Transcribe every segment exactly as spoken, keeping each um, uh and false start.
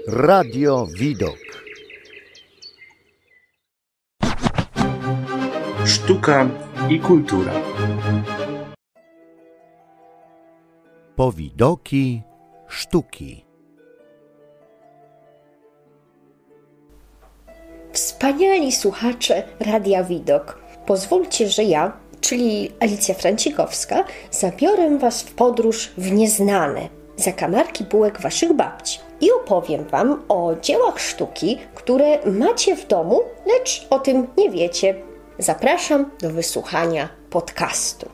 Radio Widok. Sztuka i kultura. Powidoki sztuki. Wspaniali słuchacze Radia Widok. Pozwólcie, że ja, czyli Alicja Francikowska, zabiorę Was w podróż w nieznane, zakamarki półek Waszych babci i opowiem Wam o dziełach sztuki, które macie w domu, lecz o tym nie wiecie. Zapraszam do wysłuchania podcastu.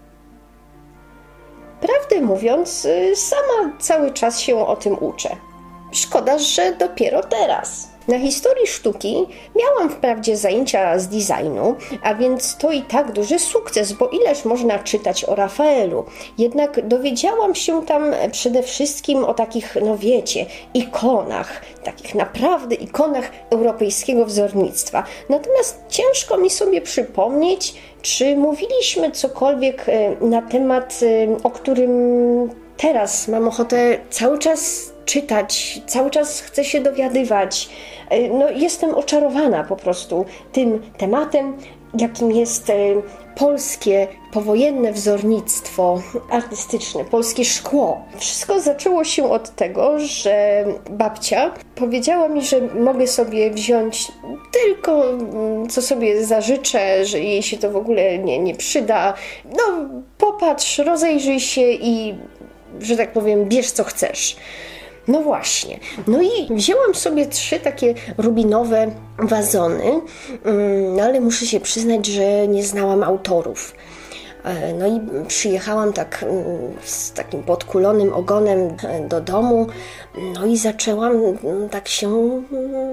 Prawdę mówiąc, sama cały czas się o tym uczę. Szkoda, że dopiero teraz. Na historii sztuki miałam wprawdzie zajęcia z designu, a więc to i tak duży sukces, bo ileż można czytać o Rafaelu. Jednak dowiedziałam się tam przede wszystkim o takich, no wiecie, ikonach, takich naprawdę ikonach europejskiego wzornictwa. Natomiast ciężko mi sobie przypomnieć, czy mówiliśmy cokolwiek na temat, o którym teraz mam ochotę cały czas czytać, cały czas chcę się dowiadywać. No, jestem oczarowana po prostu tym tematem, jakim jest polskie powojenne wzornictwo artystyczne, polskie szkło. Wszystko zaczęło się od tego, że babcia powiedziała mi, że mogę sobie wziąć tylko co sobie zażyczę, że jej się to w ogóle nie, nie przyda. No popatrz, rozejrzyj się i, że tak powiem, bierz co chcesz. No właśnie. No i wzięłam sobie trzy takie rubinowe wazony, no ale muszę się przyznać, że nie znałam autorów. No i przyjechałam tak z takim podkulonym ogonem do domu, no i zaczęłam tak się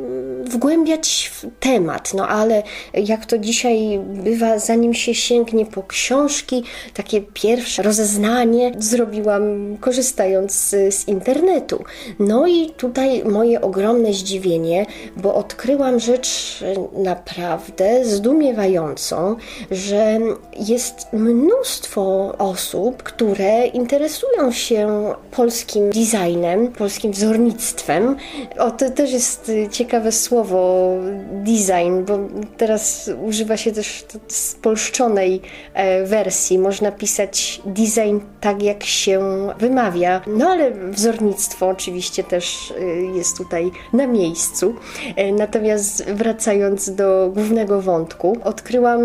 wgłębiać w temat. No ale jak to dzisiaj bywa, zanim się sięgnie po książki, takie pierwsze rozeznanie zrobiłam korzystając z, z internetu. No i tutaj moje ogromne zdziwienie, bo odkryłam rzecz naprawdę zdumiewającą, że jest mnóstwo osób, które interesują się polskim designem, polskim wzornictwem. O, to też jest ciekawe słowo design, bo teraz używa się też spolszczonej wersji. Można pisać design tak, jak się wymawia. No ale wzornictwo oczywiście też jest tutaj na miejscu. Natomiast wracając do głównego wątku, odkryłam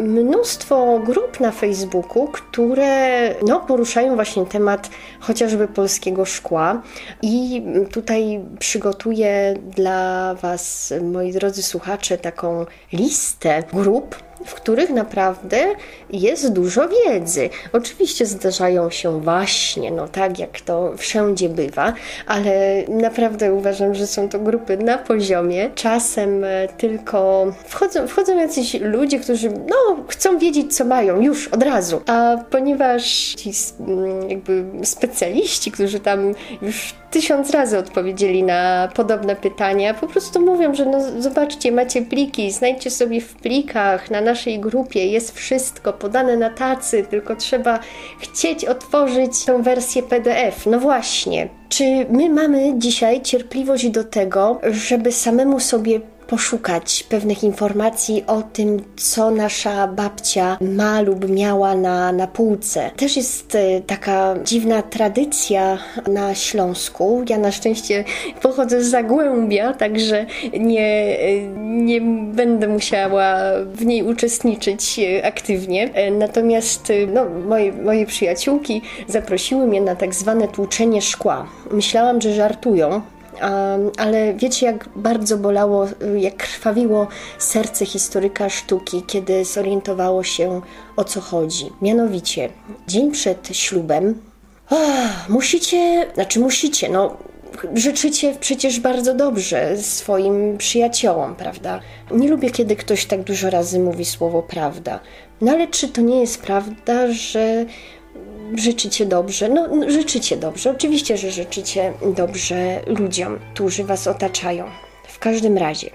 mnóstwo grup na Facebooku, które no, poruszają właśnie temat chociażby polskiego szkła i tutaj przygotuję dla Was, moi drodzy słuchacze, taką listę grup, w których naprawdę jest dużo wiedzy. Oczywiście zdarzają się właśnie, no tak jak to wszędzie bywa, ale naprawdę uważam, że są to grupy na poziomie. Czasem tylko wchodzą, wchodzą jacyś ludzie, którzy no, chcą wiedzieć, co mają już od razu, a ponieważ ci jakby specjaliści, którzy tam już tysiąc razy odpowiedzieli na podobne pytania, po prostu mówią, że no zobaczcie, macie pliki, znajdźcie sobie w plikach, na naszej grupie jest wszystko podane na tacy, tylko trzeba chcieć otworzyć tę wersję P D F. No właśnie, czy my mamy dzisiaj cierpliwość do tego, żeby samemu sobie poszukać pewnych informacji o tym, co nasza babcia ma lub miała na, na półce. Też jest taka dziwna tradycja na Śląsku. Ja na szczęście pochodzę z Zagłębia, także nie, nie będę musiała w niej uczestniczyć aktywnie. Natomiast no, moje, moje przyjaciółki zaprosiły mnie na tak zwane tłuczenie szkła. Myślałam, że żartują, ale wiecie, jak bardzo bolało, jak krwawiło serce historyka sztuki, kiedy zorientowało się, o co chodzi. Mianowicie, dzień przed ślubem oh, musicie, znaczy musicie, no życzycie przecież bardzo dobrze swoim przyjaciołom, prawda? Nie lubię, kiedy ktoś tak dużo razy mówi słowo prawda. No ale czy to nie jest prawda, że życzycie dobrze? No, życzycie dobrze. Oczywiście, że życzycie dobrze ludziom, którzy was otaczają. W każdym razie,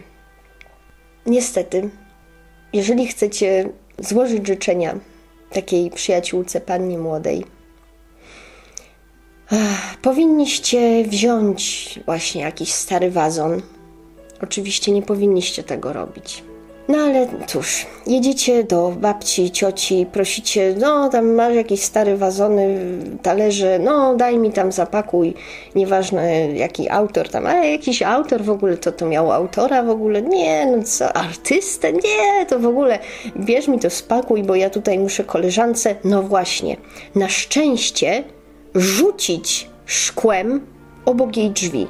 niestety, jeżeli chcecie złożyć życzenia takiej przyjaciółce, pannie młodej, Ach, powinniście wziąć właśnie jakiś stary wazon. Oczywiście nie powinniście tego robić. No ale cóż, jedziecie do babci, cioci, prosicie, no tam masz jakieś stare wazony, talerze, no daj mi tam zapakuj, nieważne jaki autor tam, ale jakiś autor w ogóle, to to miało autora w ogóle, nie, no co, artystę, nie, to w ogóle, bierz mi to spakuj, bo ja tutaj muszę koleżance, no właśnie, na szczęście rzucić szkłem obok jej drzwi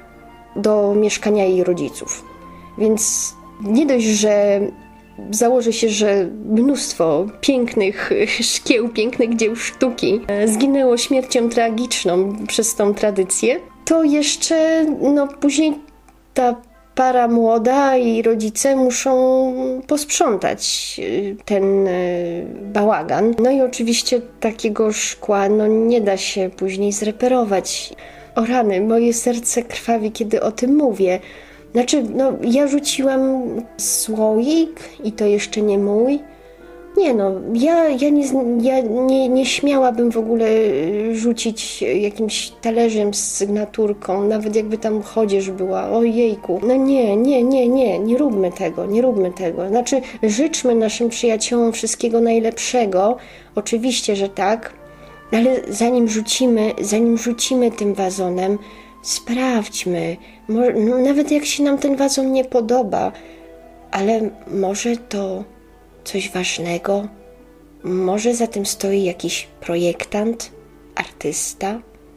do mieszkania jej rodziców, więc nie dość, że założę się, że mnóstwo pięknych szkieł, pięknych dzieł sztuki zginęło śmiercią tragiczną przez tą tradycję, to jeszcze no później ta para młoda i rodzice muszą posprzątać ten bałagan. No i oczywiście takiego szkła no nie da się później zreperować. O rany, moje serce krwawi, kiedy o tym mówię. Znaczy, no, ja rzuciłam słoik i to jeszcze nie mój. Nie no, ja, ja, nie, ja nie, nie śmiałabym w ogóle rzucić jakimś talerzem z sygnaturką, nawet jakby tam chodzież była, ojejku. No nie, nie, nie, nie, nie róbmy tego, nie róbmy tego. Znaczy, życzmy naszym przyjaciołom wszystkiego najlepszego, oczywiście, że tak, ale zanim rzucimy, zanim rzucimy tym wazonem, sprawdźmy, może, no, nawet jak się nam ten wazon nie podoba, ale może to coś ważnego, może za tym stoi jakiś projektant, artysta,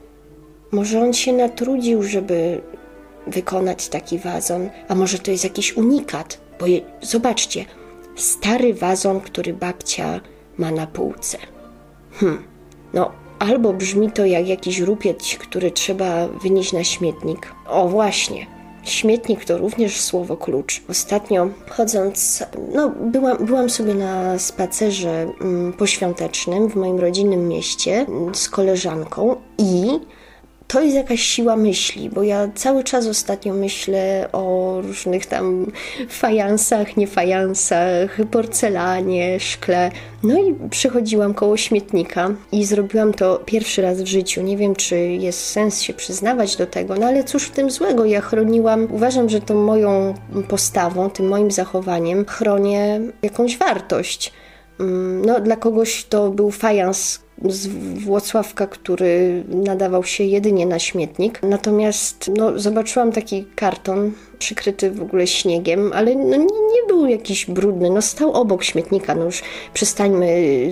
może on się natrudził, żeby wykonać taki wazon, a może to jest jakiś unikat, bo je, zobaczcie, stary wazon, który babcia ma na półce. Hm, no albo brzmi to jak jakiś rupieć, który trzeba wynieść na śmietnik. O właśnie, śmietnik to również słowo klucz. Ostatnio chodząc, no byłam, byłam sobie na spacerze mm, poświątecznym w moim rodzinnym mieście z koleżanką i to jest jakaś siła myśli, bo ja cały czas ostatnio myślę o różnych tam fajansach, nie fajansach, porcelanie, szkle. No i przychodziłam koło śmietnika i zrobiłam to pierwszy raz w życiu. Nie wiem, czy jest sens się przyznawać do tego, no ale cóż w tym złego? Ja chroniłam, uważam, że tą moją postawą, tym moim zachowaniem chronię jakąś wartość. No, dla kogoś to był fajans z Włocławka, który nadawał się jedynie na śmietnik. Natomiast no, zobaczyłam taki karton przykryty w ogóle śniegiem, ale no, nie, nie był jakiś brudny. No, stał obok śmietnika. No już przestańmy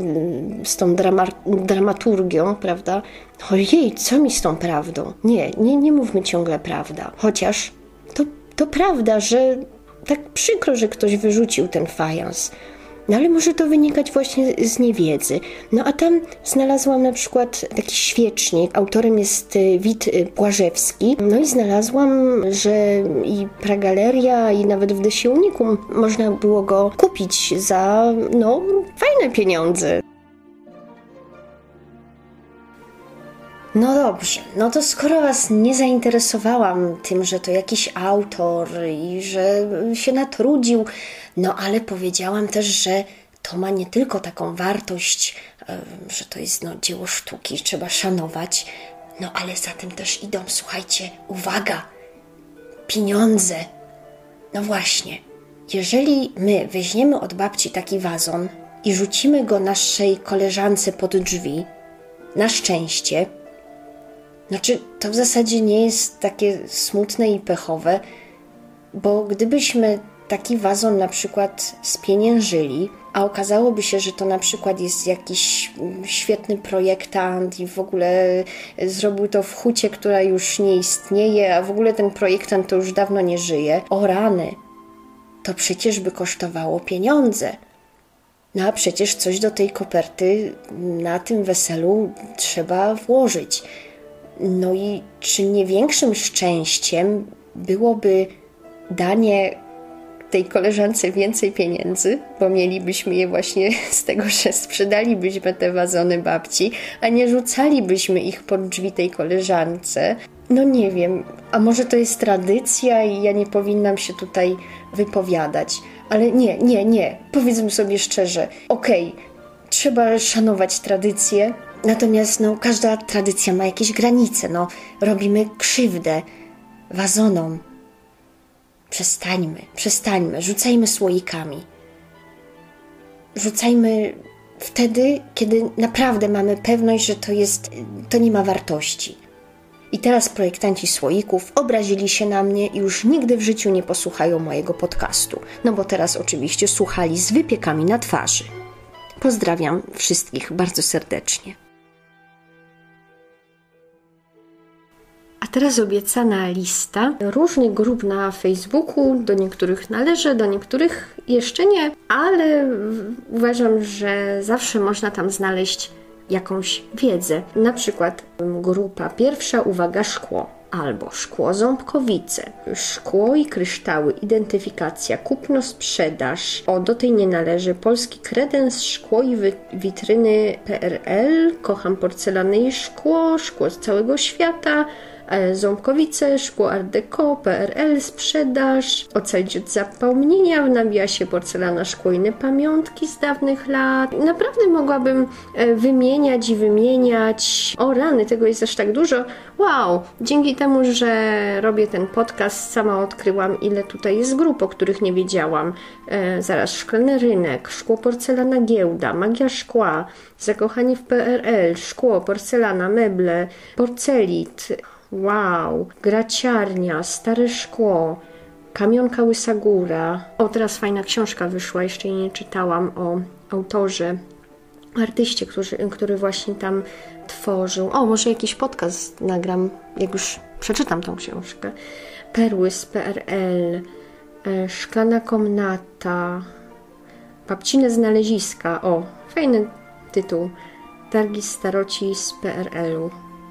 z tą drama, dramaturgią, prawda? Ojej, co mi z tą prawdą? Nie, nie, nie mówmy ciągle prawda. Chociaż to, to prawda, że tak przykro, że ktoś wyrzucił ten fajans. No ale może to wynikać właśnie z niewiedzy. No a tam znalazłam na przykład taki świecznik. Autorem jest Wit Błażewski. No i znalazłam, że i Pragaleria, i nawet w Desielniku można było go kupić za, no, fajne pieniądze. No dobrze, no to skoro was nie zainteresowałam tym, że to jakiś autor i że się natrudził, no ale powiedziałam też, że to ma nie tylko taką wartość, że to jest no, dzieło sztuki, trzeba szanować, no ale za tym też idą, słuchajcie, uwaga, pieniądze. No właśnie, jeżeli my weźmiemy od babci taki wazon i rzucimy go naszej koleżance pod drzwi, na szczęście, znaczy, to w zasadzie nie jest takie smutne i pechowe, bo gdybyśmy taki wazon na przykład spieniężyli, a okazałoby się, że to na przykład jest jakiś świetny projektant i w ogóle zrobił to w hucie, która już nie istnieje, a w ogóle ten projektant to już dawno nie żyje. O rany, to przecież by kosztowało pieniądze. No a przecież coś do tej koperty na tym weselu trzeba włożyć. No i czy nie większym szczęściem byłoby danie tej koleżance więcej pieniędzy, bo mielibyśmy je właśnie z tego, że sprzedalibyśmy te wazony babci, a nie rzucalibyśmy ich pod drzwi tej koleżance. No nie wiem, a może to jest tradycja i ja nie powinnam się tutaj wypowiadać, ale nie, nie, nie, powiedzmy sobie szczerze, okej, okay, trzeba szanować tradycje, Natomiast no, każda tradycja ma jakieś granice. No, robimy krzywdę wazonom. Przestańmy, przestańmy, rzucajmy słoikami. Rzucajmy wtedy, kiedy naprawdę mamy pewność, że to jest, to nie ma wartości. I teraz projektanci słoików obrazili się na mnie i już nigdy w życiu nie posłuchają mojego podcastu. No bo teraz oczywiście słuchali z wypiekami na twarzy. Pozdrawiam wszystkich bardzo serdecznie. A teraz obiecana lista różnych grup na Facebooku. Do niektórych należę, do niektórych jeszcze nie, ale uważam, że zawsze można tam znaleźć jakąś wiedzę. Na przykład grupa pierwsza, uwaga, szkło. Albo szkło Ząbkowice, szkło i kryształy, identyfikacja, kupno, sprzedaż. O, do tej nie należy. Polski kredens, szkło i wy- witryny P R L, kocham porcelany i szkło, szkło z całego świata, Ząbkowice, szkło Art Deco, P R L, sprzedaż, ocalić od zapomnienia, nabija się porcelana, szkło i inne pamiątki z dawnych lat. Naprawdę mogłabym wymieniać i wymieniać. O rany, tego jest aż tak dużo. Wow, dzięki temu, że robię ten podcast, sama odkryłam, ile tutaj jest grup, o których nie wiedziałam. E, zaraz, Szklany Rynek, Szkło Porcelana Giełda, Magia Szkła, Zakochani w P R L, Szkło, Porcelana, Meble, Porcelit. Wow, Graciarnia, Stare Szkło, Kamionka Łysa Góra. O, teraz fajna książka wyszła, jeszcze jej nie czytałam, o autorze, artyście, który, który właśnie tam tworzył. O, może jakiś podcast nagram, jak już przeczytam tą książkę. Perły z P R L, e, Szklana Komnata, Babcine Znaleziska. O, fajny tytuł. Targi staroci z P R L-u.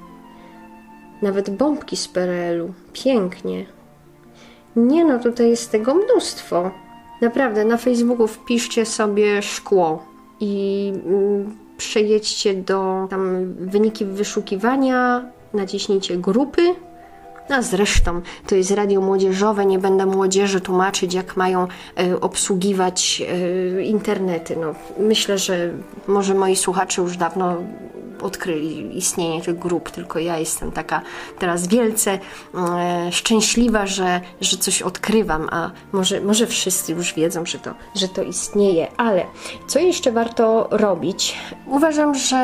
Nawet bombki z P R L-u. Pięknie. Nie no, tutaj jest tego mnóstwo. Naprawdę, na Facebooku wpiszcie sobie szkło i mm, przejedźcie do tam wyniki wyszukiwania, naciśnijcie grupy. A zresztą to jest radio młodzieżowe, nie będę młodzieży tłumaczyć, jak mają e, obsługiwać e, internety. No, myślę, że może moi słuchacze już dawno odkryli istnienie tych grup, tylko ja jestem taka teraz wielce e, szczęśliwa, że, że coś odkrywam, a może, może wszyscy już wiedzą, że to, że to istnieje. Ale co jeszcze warto robić? Uważam, że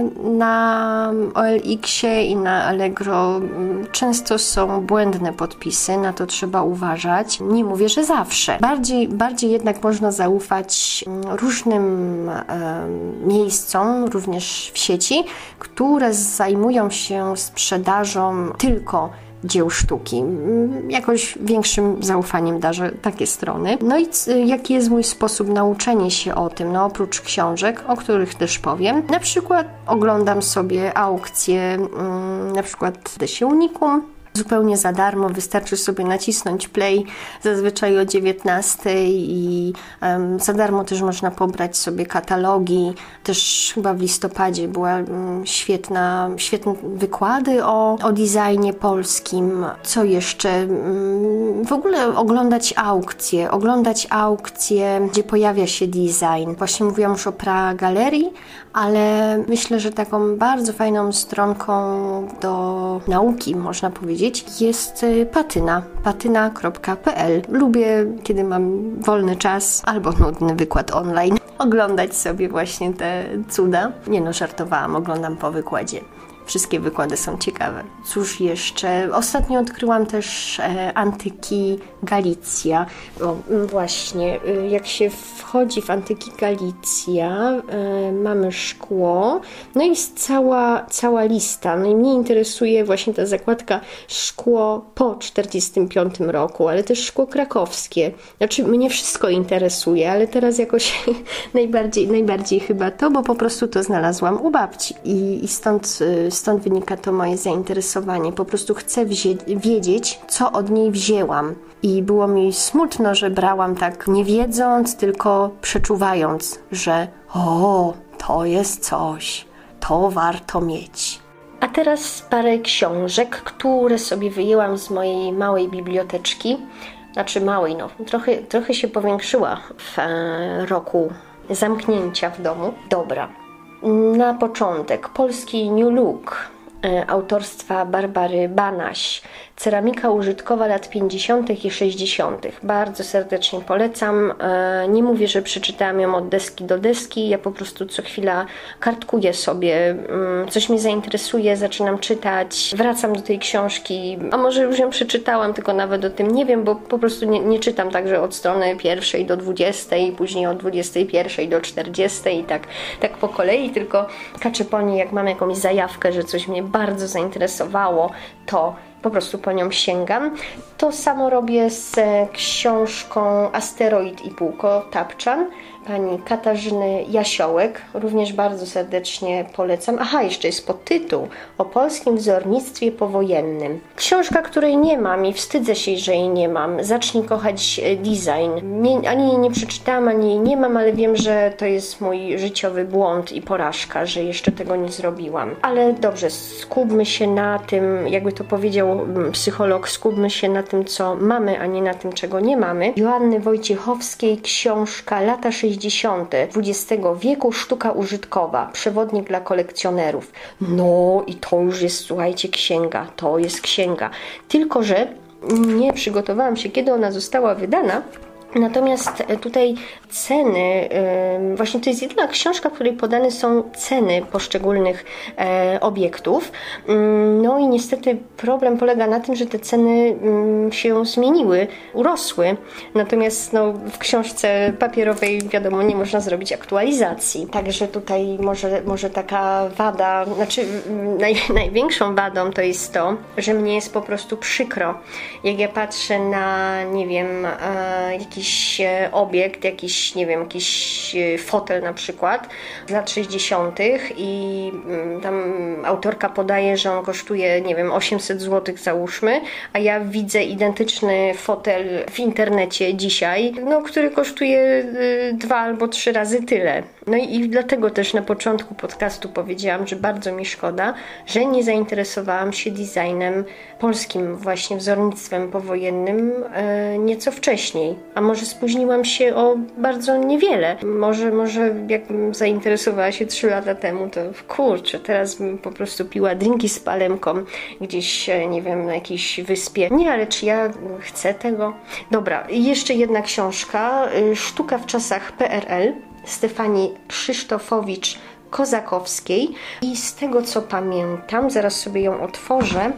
na O L X-ie i na Allegro często są błędne podpisy, na to trzeba uważać. Nie mówię, że zawsze. Bardziej, bardziej jednak można zaufać różnym e, miejscom, również w sieci, które zajmują się sprzedażą tylko dzieł sztuki. Jakoś większym zaufaniem darzę takie strony. No i c- jaki jest mój sposób nauczenia się o tym? No oprócz książek, o których też powiem. Na przykład oglądam sobie aukcje, mm, na przykład Desie Unicum. Zupełnie za darmo, wystarczy sobie nacisnąć play zazwyczaj o dziewiętnastej i um, za darmo też można pobrać sobie katalogi. Też chyba w listopadzie była um, świetna, świetne wykłady o, o designie polskim. Co jeszcze? Um, w ogóle oglądać aukcje, oglądać aukcje, gdzie pojawia się design. Właśnie mówiłam już o Praga Galerii, ale myślę, że taką bardzo fajną stronką do nauki, można powiedzieć, jest Patyna, patyna kropka p l. Lubię, kiedy mam wolny czas albo nudny wykład online, oglądać sobie właśnie te cuda. Nie no, żartowałam, oglądam po wykładzie. Wszystkie wykłady są ciekawe. Cóż jeszcze? Ostatnio odkryłam też e, Antyki Galicja. O, właśnie, e, jak się wchodzi w Antyki Galicja, e, mamy szkło, no i jest cała, cała lista. No i mnie interesuje właśnie ta zakładka szkło po czterdziestym piątym roku, ale też szkło krakowskie. Znaczy, mnie wszystko interesuje, ale teraz jakoś najbardziej, najbardziej chyba to, bo po prostu to znalazłam u babci i, i stąd Stąd wynika to moje zainteresowanie. Po prostu chcę wzie- wiedzieć, co od niej wzięłam. I było mi smutno, że brałam tak nie wiedząc, tylko przeczuwając, że o, to jest coś, to warto mieć. A teraz parę książek, które sobie wyjęłam z mojej małej biblioteczki. Znaczy małej, no, trochę, trochę się powiększyła w e, roku zamknięcia w domu. Dobra. Na początek polski New Look autorstwa Barbary Banaś. Ceramika użytkowa lat pięćdziesiątych i sześćdziesiątych. Bardzo serdecznie polecam. Nie mówię, że przeczytałam ją od deski do deski. Ja po prostu co chwila kartkuję sobie. Coś mnie zainteresuje, zaczynam czytać. Wracam do tej książki. A może już ją przeczytałam, tylko nawet o tym nie wiem, bo po prostu nie, nie czytam także od strony pierwszej do dwudziestej, później od dwudziestej pierwszej do czterdziestej i tak, tak po kolei. Tylko kaczę po niej, jak mam jakąś zajawkę, że coś mnie bardzo zainteresowało, to po prostu po nią sięgam. To samo robię z książką Asteroid i Półko Tapczan pani Katarzyny Jasiołek. Również bardzo serdecznie polecam. Aha, jeszcze jest podtytuł o polskim wzornictwie powojennym. Książka, której nie mam i wstydzę się, że jej nie mam. Zacznij kochać design. Nie, ani jej nie przeczytałam, ani jej nie mam, ale wiem, że to jest mój życiowy błąd i porażka, że jeszcze tego nie zrobiłam. Ale dobrze, skupmy się na tym, jakby to powiedział psycholog, skupmy się na tym, co mamy, a nie na tym, czego nie mamy. Joanny Wojciechowskiej książka Lata sześćdziesiąte dwudziestego wieku, sztuka użytkowa, przewodnik dla kolekcjonerów. No i to już jest, słuchajcie, księga, to jest księga. Tylko że nie przygotowałam się, kiedy ona została wydana. Natomiast tutaj ceny, właśnie to jest jedyna książka, w której podane są ceny poszczególnych obiektów. No i niestety problem polega na tym, że te ceny się zmieniły, urosły. Natomiast no, w książce papierowej, wiadomo, nie można zrobić aktualizacji. Także tutaj może, może taka wada, znaczy naj, największą wadą to jest to, że mnie jest po prostu przykro. Jak ja patrzę na, nie wiem, jakiś jakiś obiekt, jakiś, nie wiem, jakiś fotel na przykład z lat sześćdziesiątych i tam autorka podaje, że on kosztuje, nie wiem, osiemset złotych załóżmy, a ja widzę identyczny fotel w internecie dzisiaj, no, który kosztuje dwa albo trzy razy tyle. No i, i dlatego też na początku podcastu powiedziałam, że bardzo mi szkoda, że nie zainteresowałam się designem polskim, właśnie wzornictwem powojennym e, nieco wcześniej. A może spóźniłam się o bardzo niewiele. Może, może jakbym zainteresowała się trzy lata temu, to kurczę, teraz bym po prostu piła drinki z palemką gdzieś, nie wiem, na jakiejś wyspie. Nie, ale czy ja chcę tego? Dobra, jeszcze jedna książka. Sztuka w czasach P R L. Stefanii Krzysztofowicz-Kozakowskiej i z tego co pamiętam, zaraz sobie ją otworzę,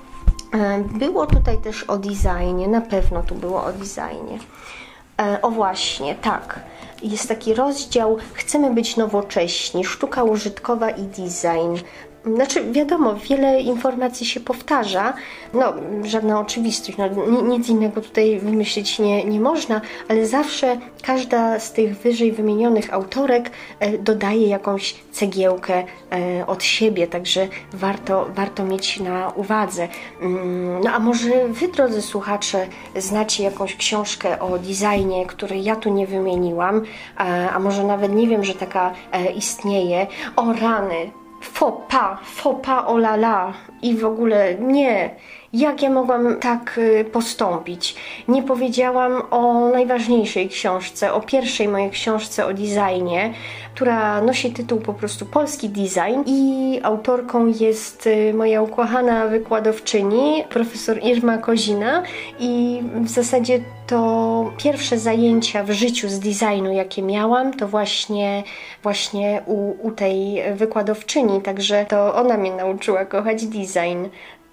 było tutaj też o designie, na pewno tu było o designie. O właśnie, tak. Jest taki rozdział Chcemy być nowocześni, sztuka użytkowa i design. Znaczy, wiadomo, wiele informacji się powtarza, no, żadna oczywistość, no, nic innego tutaj wymyślić nie, nie można, ale zawsze każda z tych wyżej wymienionych autorek e, dodaje jakąś cegiełkę e, od siebie, także warto, warto mieć na uwadze. Mm, no a może wy, drodzy słuchacze, znacie jakąś książkę o designie, której ja tu nie wymieniłam, a, a może nawet nie wiem, że taka e, istnieje. O rany! Faux pas, faux pas, oh la la. I w ogóle nie. Jak ja mogłam tak postąpić? Nie powiedziałam o najważniejszej książce, o pierwszej mojej książce o designie, która nosi tytuł po prostu Polski Design i autorką jest moja ukochana wykładowczyni, profesor Irma Kozina i w zasadzie to pierwsze zajęcia w życiu z designu, jakie miałam, to właśnie, właśnie u, u tej wykładowczyni, także to ona mnie nauczyła kochać design.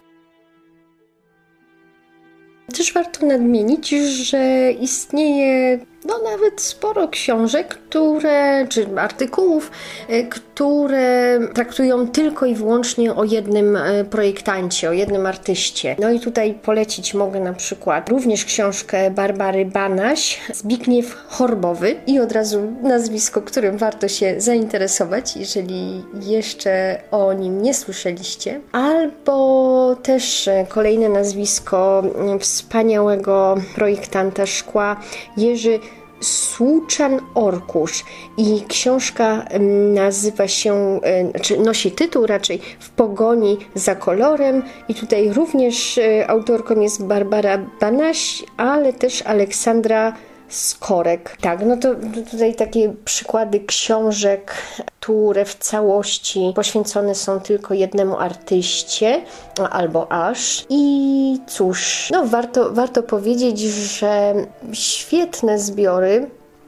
Też warto nadmienić, że istnieje no nawet sporo książek, które, czy artykułów, które traktują tylko i wyłącznie o jednym projektancie, o jednym artyście. No i tutaj polecić mogę na przykład również książkę Barbary Banaś, Zbigniew Horbowy i od razu nazwisko, którym warto się zainteresować, jeżeli jeszcze o nim nie słyszeliście. Albo też kolejne nazwisko wspaniałego projektanta szkła Jerzy Słuczan-Orkusz i książka nazywa się, czy nosi tytuł raczej W pogoni za kolorem i tutaj również autorką jest Barbara Banaś, ale też Aleksandra z korek. Tak, no to tutaj takie przykłady książek, które w całości poświęcone są tylko jednemu artyście, albo aż. I cóż, no warto, warto powiedzieć, że świetne zbiory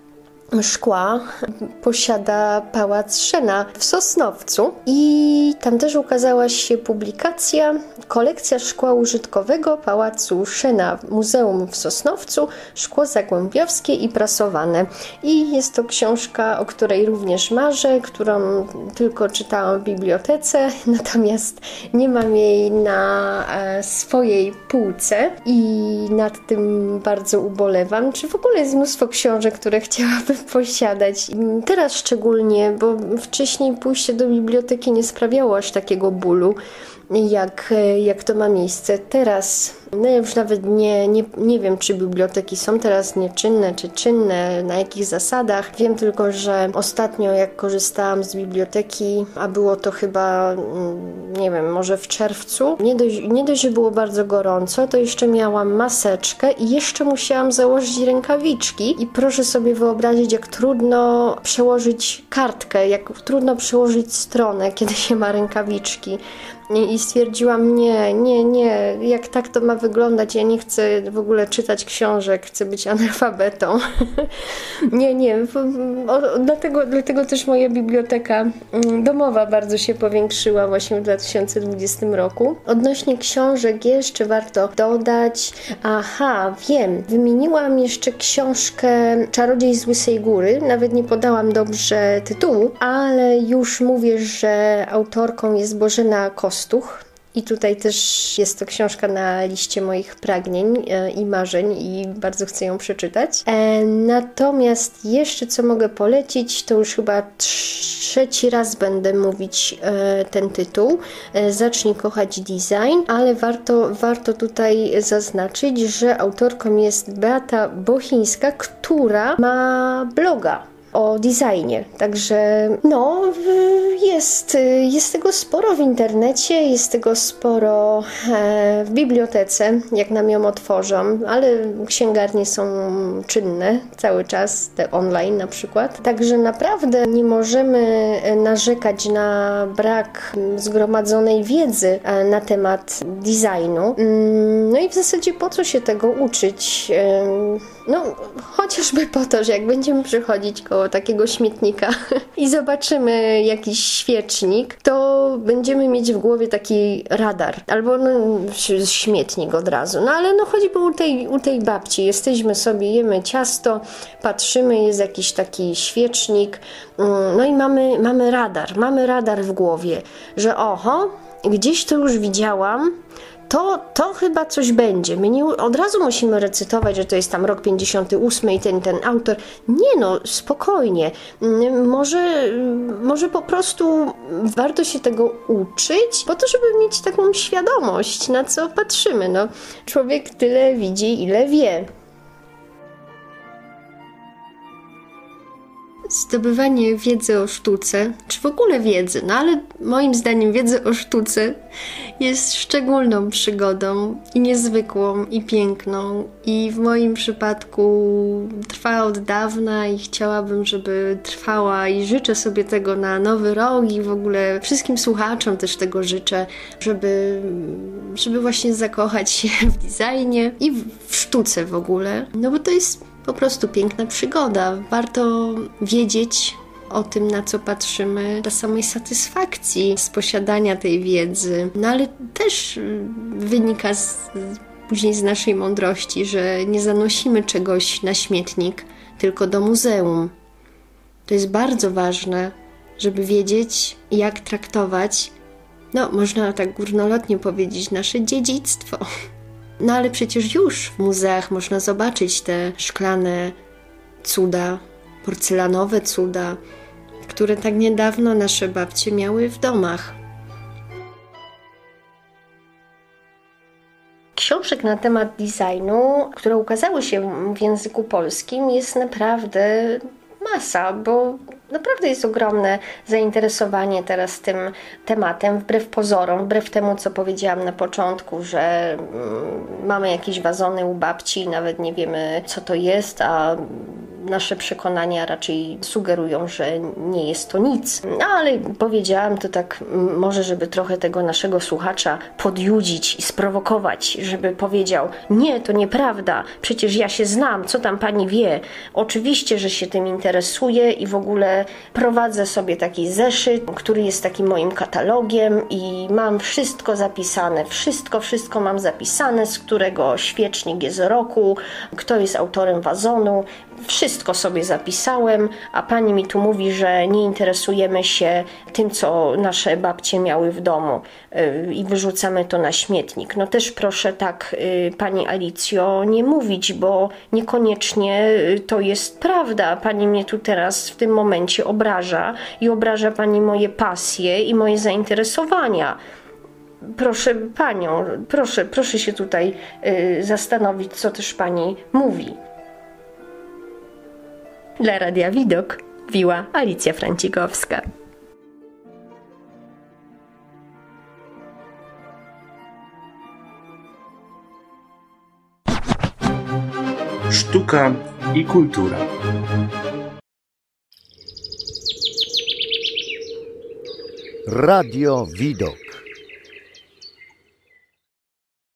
szkła posiada Pałac Szena w Sosnowcu i tam też ukazała się publikacja Kolekcja szkła użytkowego Pałacu Szena w Muzeum w Sosnowcu, szkło zagłębiowskie i prasowane. I jest to książka, o której również marzę, którą tylko czytałam w bibliotece, natomiast nie mam jej na e, swojej półce i nad tym bardzo ubolewam. Czy w ogóle jest mnóstwo książek, które chciałabym posiadać. Teraz szczególnie, bo wcześniej pójście do biblioteki nie sprawiało aż takiego bólu, jak, jak to ma miejsce teraz. No ja już nawet nie, nie, nie wiem, czy biblioteki są teraz nieczynne, czy czynne, na jakich zasadach. Wiem tylko, że ostatnio jak korzystałam z biblioteki, a było to chyba, nie wiem, może w czerwcu, nie dość, nie dość, że było bardzo gorąco, to jeszcze miałam maseczkę i jeszcze musiałam założyć rękawiczki i proszę sobie wyobrazić, jak trudno przełożyć kartkę, jak trudno przełożyć stronę, kiedy się ma rękawiczki. I stwierdziłam, nie, nie, nie, jak tak to ma wyglądać, ja nie chcę w ogóle czytać książek, chcę być analfabetą. nie, nie, o, dlatego, dlatego też moja biblioteka domowa bardzo się powiększyła właśnie w dwa tysiące dwudziestym roku. Odnośnie książek jeszcze warto dodać, aha, wiem, wymieniłam jeszcze książkę Czarodziej z Łysej Góry, nawet nie podałam dobrze tytułu, ale już mówię, że autorką jest Bożena Kostuch. I tutaj też jest to książka na liście moich pragnień e, i marzeń i bardzo chcę ją przeczytać. E, natomiast jeszcze co mogę polecić, to już chyba trzeci raz będę mówić e, ten tytuł. E, Zacznij kochać design, ale warto, warto tutaj zaznaczyć, że autorką jest Beata Bochińska, która ma bloga o designie. Także no, jest, jest tego sporo w internecie, jest tego sporo w bibliotece, jak nam ją otworzą, ale księgarnie są czynne cały czas, te online na przykład. Także naprawdę nie możemy narzekać na brak zgromadzonej wiedzy na temat designu. No i w zasadzie po co się tego uczyć? No, chociażby po to, że jak będziemy przychodzić koło takiego śmietnika i zobaczymy jakiś świecznik, to będziemy mieć w głowie taki radar. Albo no, śmietnik od razu. No ale no choćby u tej, u tej babci. Jesteśmy sobie, jemy ciasto, patrzymy, jest jakiś taki świecznik. No i mamy, mamy radar. Mamy radar w głowie, że oho, gdzieś to już widziałam, To, to chyba coś będzie. My nie, od razu musimy recytować, że to jest tam rok pięćdziesiąty ósmy i ten, ten autor. Nie no, spokojnie. Może, może po prostu warto się tego uczyć, po to, żeby mieć taką świadomość, na co patrzymy. No, człowiek tyle widzi, ile wie. Zdobywanie wiedzy o sztuce, czy w ogóle wiedzy, no ale moim zdaniem wiedza o sztuce jest szczególną przygodą i niezwykłą i piękną i w moim przypadku trwa od dawna i chciałabym, żeby trwała i życzę sobie tego na nowy rok i w ogóle wszystkim słuchaczom też tego życzę, żeby, żeby właśnie zakochać się w designie i w sztuce w ogóle, no bo to jest po prostu piękna przygoda. Warto wiedzieć o tym, na co patrzymy, dla samej satysfakcji z posiadania tej wiedzy. No ale też wynika z, później z naszej mądrości, że nie zanosimy czegoś na śmietnik, tylko do muzeum. To jest bardzo ważne, żeby wiedzieć, jak traktować, no można tak górnolotnie powiedzieć, nasze dziedzictwo. No ale przecież już w muzeach można zobaczyć te szklane cuda, porcelanowe cuda, które tak niedawno nasze babcie miały w domach. Książek na temat designu, które ukazały się w języku polskim, jest naprawdę masa, bo Naprawdę jest ogromne zainteresowanie teraz tym tematem, wbrew pozorom, wbrew temu, co powiedziałam na początku, że mm, mamy jakieś wazony u babci i nawet nie wiemy, co to jest, a nasze przekonania raczej sugerują, że nie jest to nic. No ale powiedziałam to tak może, żeby trochę tego naszego słuchacza podjudzić i sprowokować, żeby powiedział: nie, to nieprawda, przecież ja się znam, co tam pani wie. Oczywiście, że się tym interesuję i w ogóle prowadzę sobie taki zeszyt, który jest takim moim katalogiem i mam wszystko zapisane, wszystko, wszystko mam zapisane, z którego świecznik jest roku, kto jest autorem wazonu. Wszystko sobie zapisałem, a pani mi tu mówi, że nie interesujemy się tym, co nasze babcie miały w domu yy, i wyrzucamy to na śmietnik. No też proszę tak, yy, pani Alicjo, nie mówić, bo niekoniecznie yy, to jest prawda. Pani mnie tu teraz w tym momencie obraża i obraża pani moje pasje i moje zainteresowania. Proszę panią, proszę, proszę się tutaj yy, zastanowić, co też pani mówi. Dla Radia Widok mówiła Alicja Francikowska. Sztuka i kultura. Radio Widok.